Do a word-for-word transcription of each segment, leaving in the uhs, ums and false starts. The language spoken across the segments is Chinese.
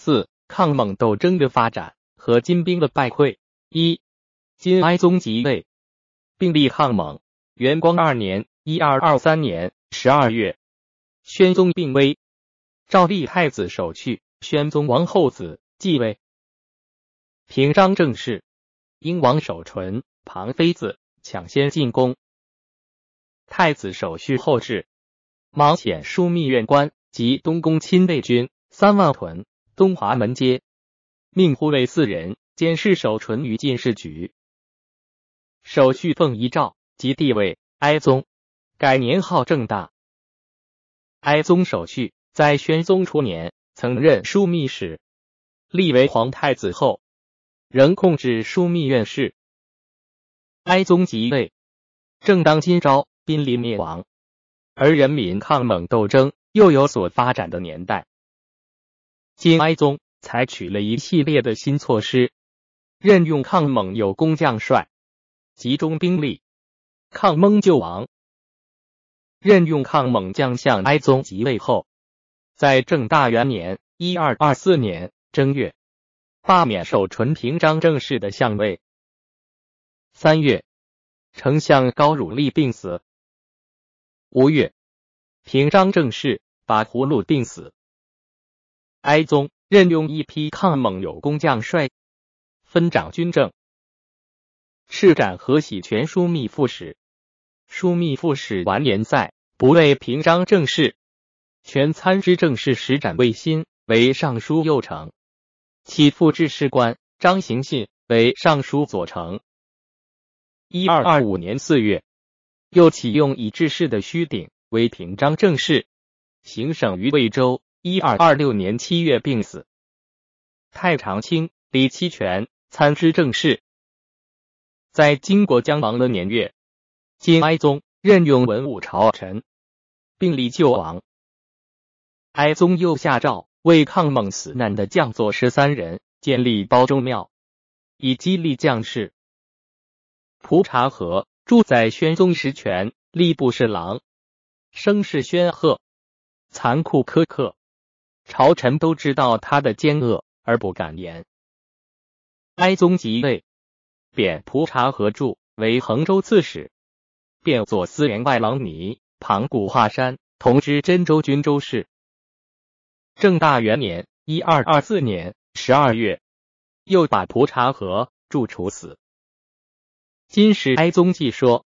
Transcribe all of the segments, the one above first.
四、抗蒙斗争的发展和金兵的败溃。一、金哀宗即位，并立抗蒙。元光二年（一二二三年）十二月，宣宗病危，诏立太子手续，宣宗王后子继位。平章政事，英王守纯、庞妃子抢先进宫。太子手续后至，忙遣枢密院官及东宫亲卫军三万屯东华门街，命护卫四人监视守纯于进士局。手续奉遗诏，即帝位哀宗，改年号正大。哀宗手续在宣宗初年曾任枢密使，立为皇太子后，仍控制枢密院事。哀宗即位，正当金朝濒临灭亡，而人民抗蒙斗争又有所发展的年代。金哀宗采取了一系列的新措施，任用抗蒙有功将帅，集中兵力，抗蒙救亡。任用抗蒙将相哀宗即位后，在正大元年（一二二四年）正月，罢免守纯平章政事的相位。三月，丞相高汝立病死。五月，平章政事把葫芦病死。哀宗任用一批抗蒙有功将帅，分掌军政，斥斩河喜全枢密副使。枢密副使完颜在不为平章政事，全参知政事使斩魏新为尚书右丞，其副制事官张行信为尚书左丞。一二二五年四月，又启用以制事的虚鼎为平章政事，行省于魏州。一二二六年七月病死。太常卿李期全参知政事。在金国将亡的年月，金哀宗任用文武朝臣，并立救亡。哀宗又下诏为抗蒙死难的将佐十三人建立褒忠庙，以激励将士。蒲察和住在宣宗实权吏部侍郎，声势煊赫，残酷苛刻，朝臣都知道他的奸恶而不敢言。哀宗即位，贬蒲察和柱为衡州刺史，便左司员外郎倪、庞古华山同知真州军州事。正大元年（一二二四年）十二月，又把蒲察和柱处死。金史哀宗记说：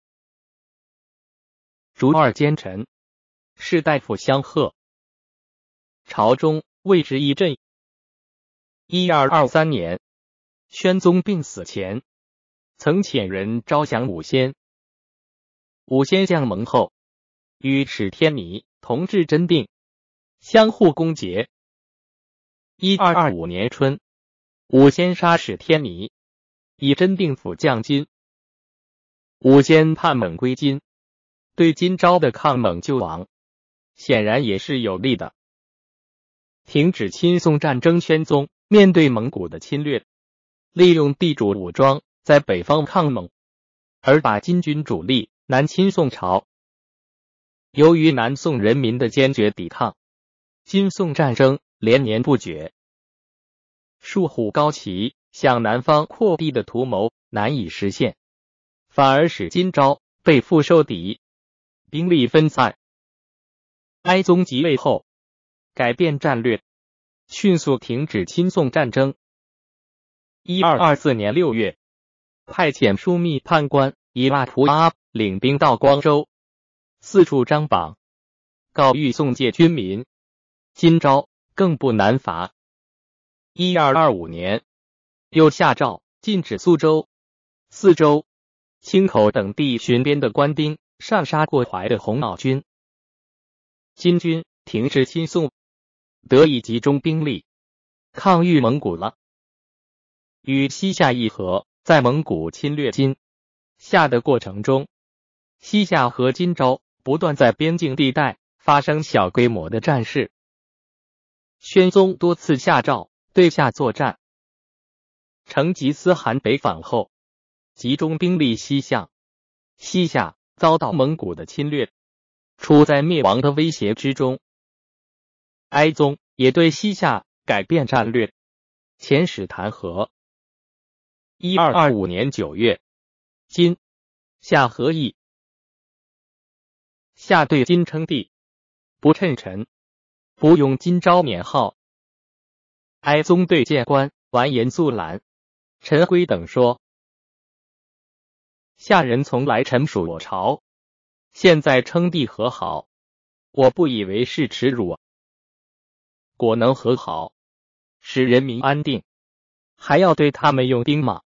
逐二奸臣，士大夫相贺，朝中为之一振。一二二三年，宣宗病死前，曾遣人招降武仙。武仙降蒙后，与史天尼同治真定，相互攻讦。一二二五年春，武仙杀史天尼，以真定府降金。武仙叛蒙归金，对金朝的抗蒙救亡，显然也是有利的。停止亲宋战争，宣宗面对蒙古的侵略，利用地主武装在北方抗蒙，而把金军主力南侵宋朝。由于南宋人民的坚决抵抗，金宋战争连年不绝，树虎高旗向南方扩地的图谋难以实现，反而使金朝被缚受敌，兵力分散。哀宗即位后，改变战略，迅速停止亲宋战争。一二二四年六月，派遣枢密判官以拉图阿领兵到光州，四处张榜，告谕宋界军民，金朝更不南伐。一二二五年，又下诏禁止苏州、泗州、青口等地巡边的官兵上杀过淮的红袄军。金军停止亲宋，得以集中兵力抗御蒙古了。与西夏议和，在蒙古侵略金夏的过程中，西夏和金朝不断在边境地带发生小规模的战事。宣宗多次下诏对夏作战。成吉思汗北返后，集中兵力西向，西夏遭到蒙古的侵略，处在灭亡的威胁之中。哀宗也对西夏改变战略，遣使弹劾。一二二五年九月，金、夏和议。夏对金称帝，不称臣，不用金昭年号。哀宗对谏官完颜肃览、陈辉等说：夏人从来臣属我朝，现在称帝和好，我不以为是耻辱。果能和好，使人民安定，还要对他们用兵吗？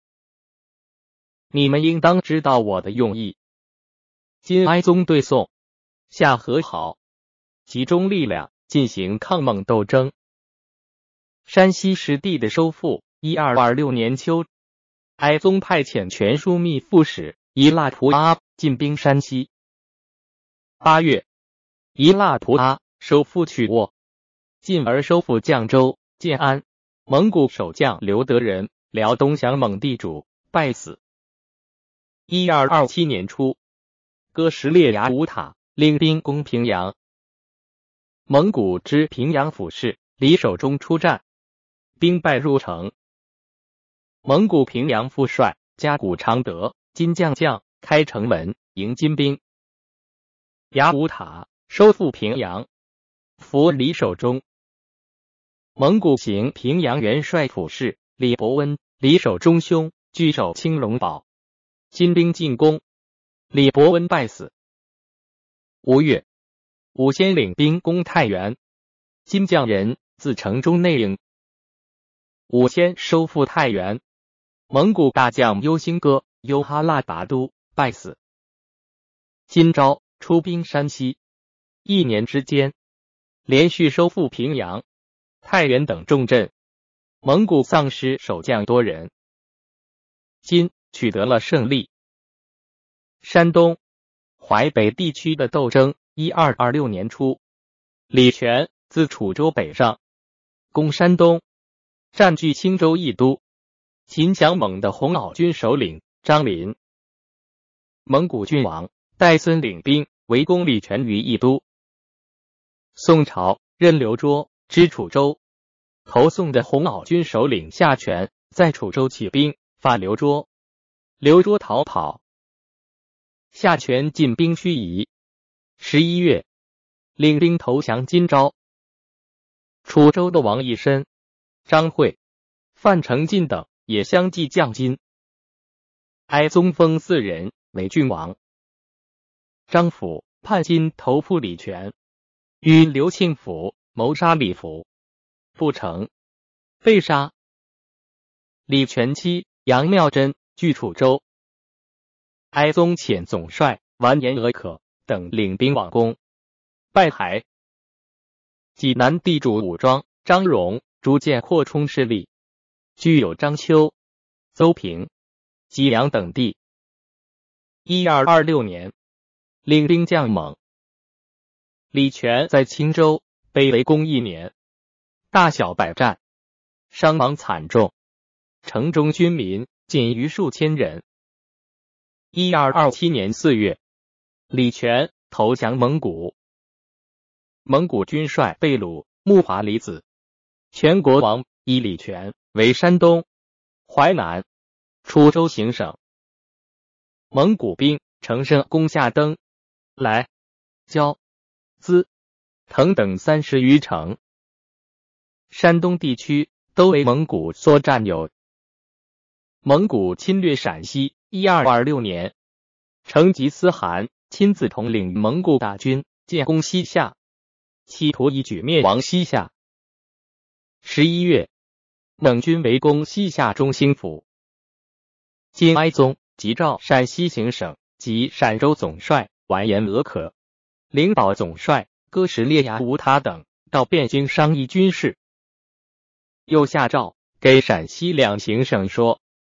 你们应当知道我的用意。今哀宗对宋、夏和好，集中力量进行抗蒙斗争。山西失地的收复。一二二六年秋，哀宗派遣全枢密副使伊剌图阿进兵山西。八月，伊剌图阿收复曲沃，进而收复绛州、建安。蒙古守将刘德仁、辽东降蒙地主，败死。一二二七年初，哥什列牙武塔领兵攻平阳，蒙古知平阳府事李守忠出战，兵败入城。蒙古平阳副帅加古昌德、金将将开城门迎金兵。牙武塔收复平阳，俘李守忠。蒙古行平阳元帅府事李伯温、李守忠兄据守青龙堡，金兵进攻，李伯温败死。五月，武先领兵攻太原，金将人自城中内应。武先收复太原，蒙古大将优兴哥、优哈腊拔都败死。金昭出兵山西，一年之间，连续收复平阳、太原等重镇，蒙古丧失守将多人。金取得了胜利。山东、淮北地区的斗争。一二二六年初，李全自楚州北上，攻山东，占据青州一都。秦降蒙的红袄军首领张林、蒙古郡王戴孙领兵围攻李全于一都。宋朝任刘卓知楚州，投宋的红袄军首领夏全在楚州起兵伐刘卓，刘卓逃跑，夏全进兵盱眙。十一月，领兵投降金昭。楚州的王义深、张惠、范成进等也相继降金。哀宗封四人为郡王。张辅叛金投附李全，与刘庆甫谋杀李福，不成，被杀。李全妻杨妙珍据楚州，哀宗遣总帅完颜鄂可等领兵往攻，败海。济南地主武装张荣逐渐扩充势力，具有章丘、邹平、济阳等地。一二二六年，领兵将蒙。李全在青州被围攻一年，大小百战，伤亡惨重，城中军民仅余数千人。一二二七年四月，李全投降蒙古。蒙古军帅贝鲁木华李子，全国王以李全为山东、淮南、楚州行省。蒙古兵乘胜攻下登、来、交、资、滕等三十余城，山东地区都为蒙古所占有。蒙古侵略陕西。一二二六年，成吉思汗亲自统领蒙古大军进攻西夏，企图一举灭亡西夏。十一月，蒙军围攻西夏中兴府。金哀宗即召陕西行省及陕州总帅完颜鄂可、灵宝总帅哥什列牙武塔等到汴京商议军事。又下诏给陕西两行省说：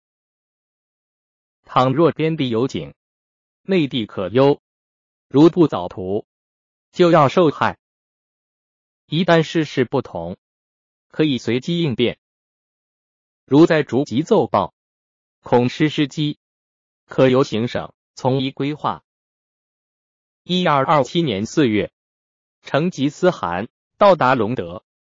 倘若边地有井，内地可忧，如不早图，就要受害。一旦事事不同，可以随机应变。如再逐级奏报，恐失时机，可由行省从一规划。一二二七年四月，成吉思汗到达隆德，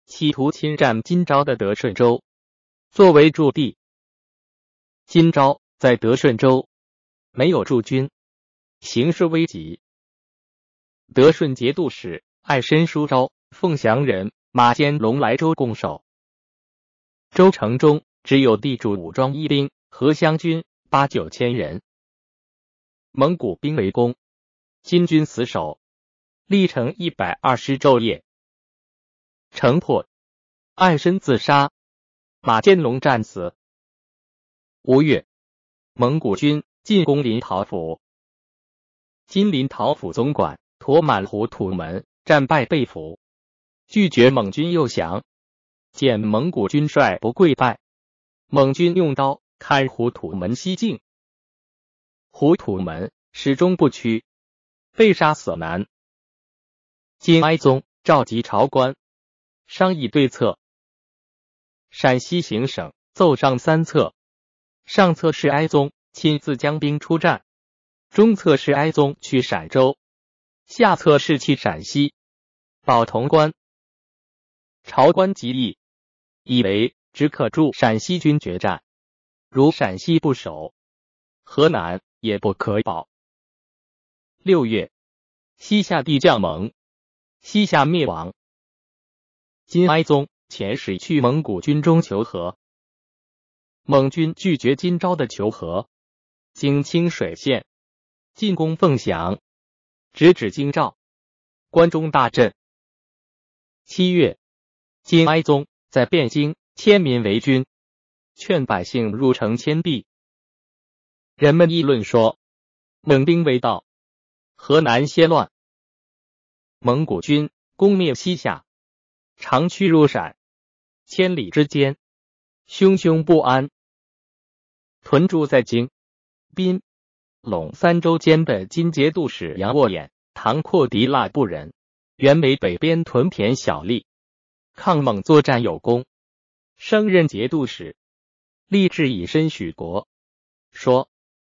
企图侵占今朝的德顺州，作为驻地。今朝在德顺州没有驻军，形势危急。德顺节度使爱申书昭、凤翔人马坚龙来州共守。州城中只有地主武装义兵和湘军八九千人。蒙古兵围攻，金军死守，历程一百二十昼夜。城破，爱申自杀，马坚龙战死。五月，蒙古军进攻临洮府，今临洮府总管妥满胡土门战败被俘，拒绝蒙军诱降。见蒙古军帅不跪拜，蒙军用刀砍胡土门西境，胡土门始终不屈，被杀死难。金哀宗召集朝官，商议对策。陕西行省奏上三策，上策是哀宗亲自将兵出战，中策是哀宗去陕州，下策是去陕西保潼关。朝官极议，以为只可助陕西军决战，如陕西不守，河南也不可保。六月，西夏帝将蒙，西夏灭亡。金哀宗遣使去蒙古军中求和，蒙军拒绝金朝的求和，经清水县进攻凤翔，直指京兆，关中大震。七月，金哀宗在汴京迁民为军，劝百姓入城迁币。人们议论说，蒙兵未到，河南歇乱。蒙古军攻灭西夏，长驱入陕，千里之间，汹汹不安。屯驻在京、宾、陇三州间的金节度使杨沃衍、唐阔迪腊部人，原为北边屯田小吏，抗蒙作战有功，升任节度使，立志以身许国，说：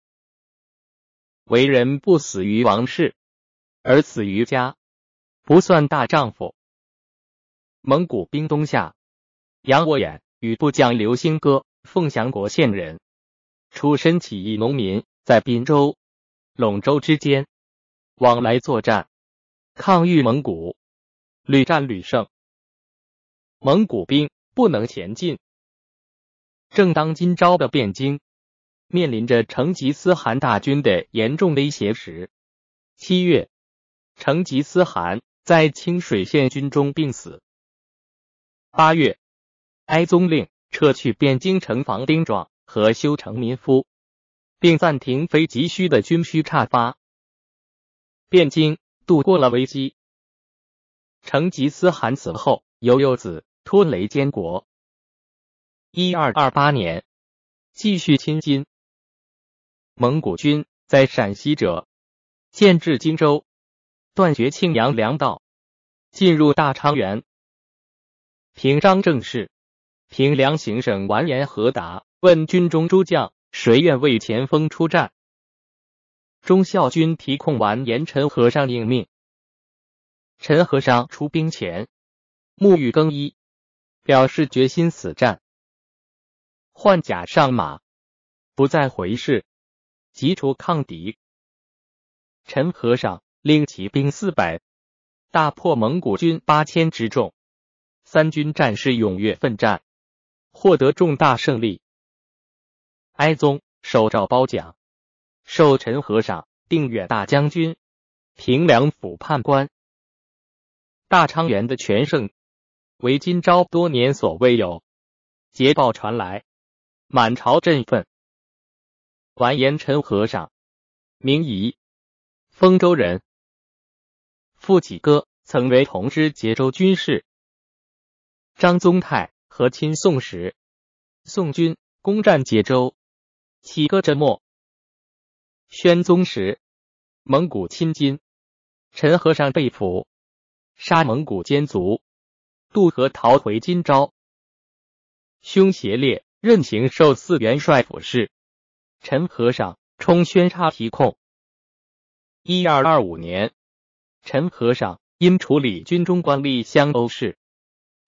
为人不死于王室，而死于家，不算大丈夫。蒙古兵东下，杨沃衍与部将刘兴歌，凤翔国县人，出身起义农民，在滨州、陇州之间往来作战，抗御蒙古，屡战屡胜。蒙古兵不能前进。正当金朝的汴京面临着成吉思汗大军的严重威胁时，七月，成吉思汗在清水县军中病死。八月，哀宗令撤去汴京城防兵壮和修城民夫，并暂停非急需的军需差发。汴京度过了危机。成吉思汗死后，由幼子拖雷监国。一二二八年，继续侵金。蒙古军在陕西者，建制荆州，断绝庆阳粮道，进入大昌原。平章政事，平凉行省完颜和达问军中诸将，谁愿为前锋出战？忠孝军提控完颜陈和尚应命。陈和尚出兵前，沐浴更衣，表示决心死战。换甲上马，不再回视，急出抗敌。陈和尚令骑兵四百，大破蒙古军八千之众。三军战士踊跃奋战，获得重大胜利。哀宗受诏褒奖，授陈和尚定远大将军、平凉府判官。大昌原的全胜，为金朝多年所未有。捷报传来，满朝振奋。完颜陈和尚，名仪，丰州人，父启歌曾为同知节州军事。张宗泰和亲宋时，宋军攻占节州，启歌阵没。宣宗时，蒙古侵金，陈和尚被俘，杀蒙古奸卒，渡河逃回金朝。兄协烈任行授四元帅府事，陈和尚充宣察提控。一二二五年，陈和尚因处理军中官吏相殴事，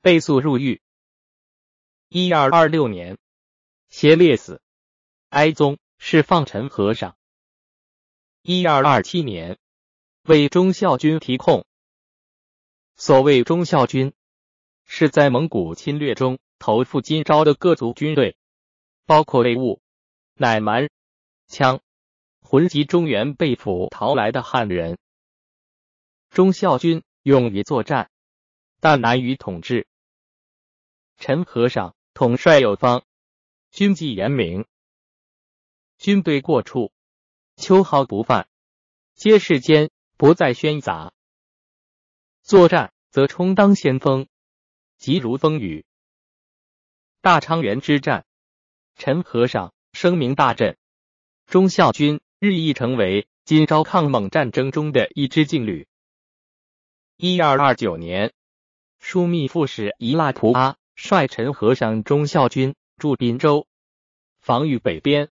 被诉入狱。一二二六年，协烈死，哀宗释放陈和尚。一二二七年，为忠孝军提控。所谓忠孝军，是在蒙古侵略中投赴金朝的各族军队，包括魏兀、乃蛮、羌、浑及中原被俘逃来的汉人。忠孝军勇于作战，但难于统治。陈和尚统帅有方，军纪严明，军队过处，秋毫不犯，街市间不再喧杂。作战则充当先锋，急如风雨。大昌原之战，陈和尚声名大振，忠孝军日益成为金朝抗蒙战争中的一支劲旅。一二二九年，枢密副使伊剌图阿率陈和尚忠孝军驻滨州，防御北边。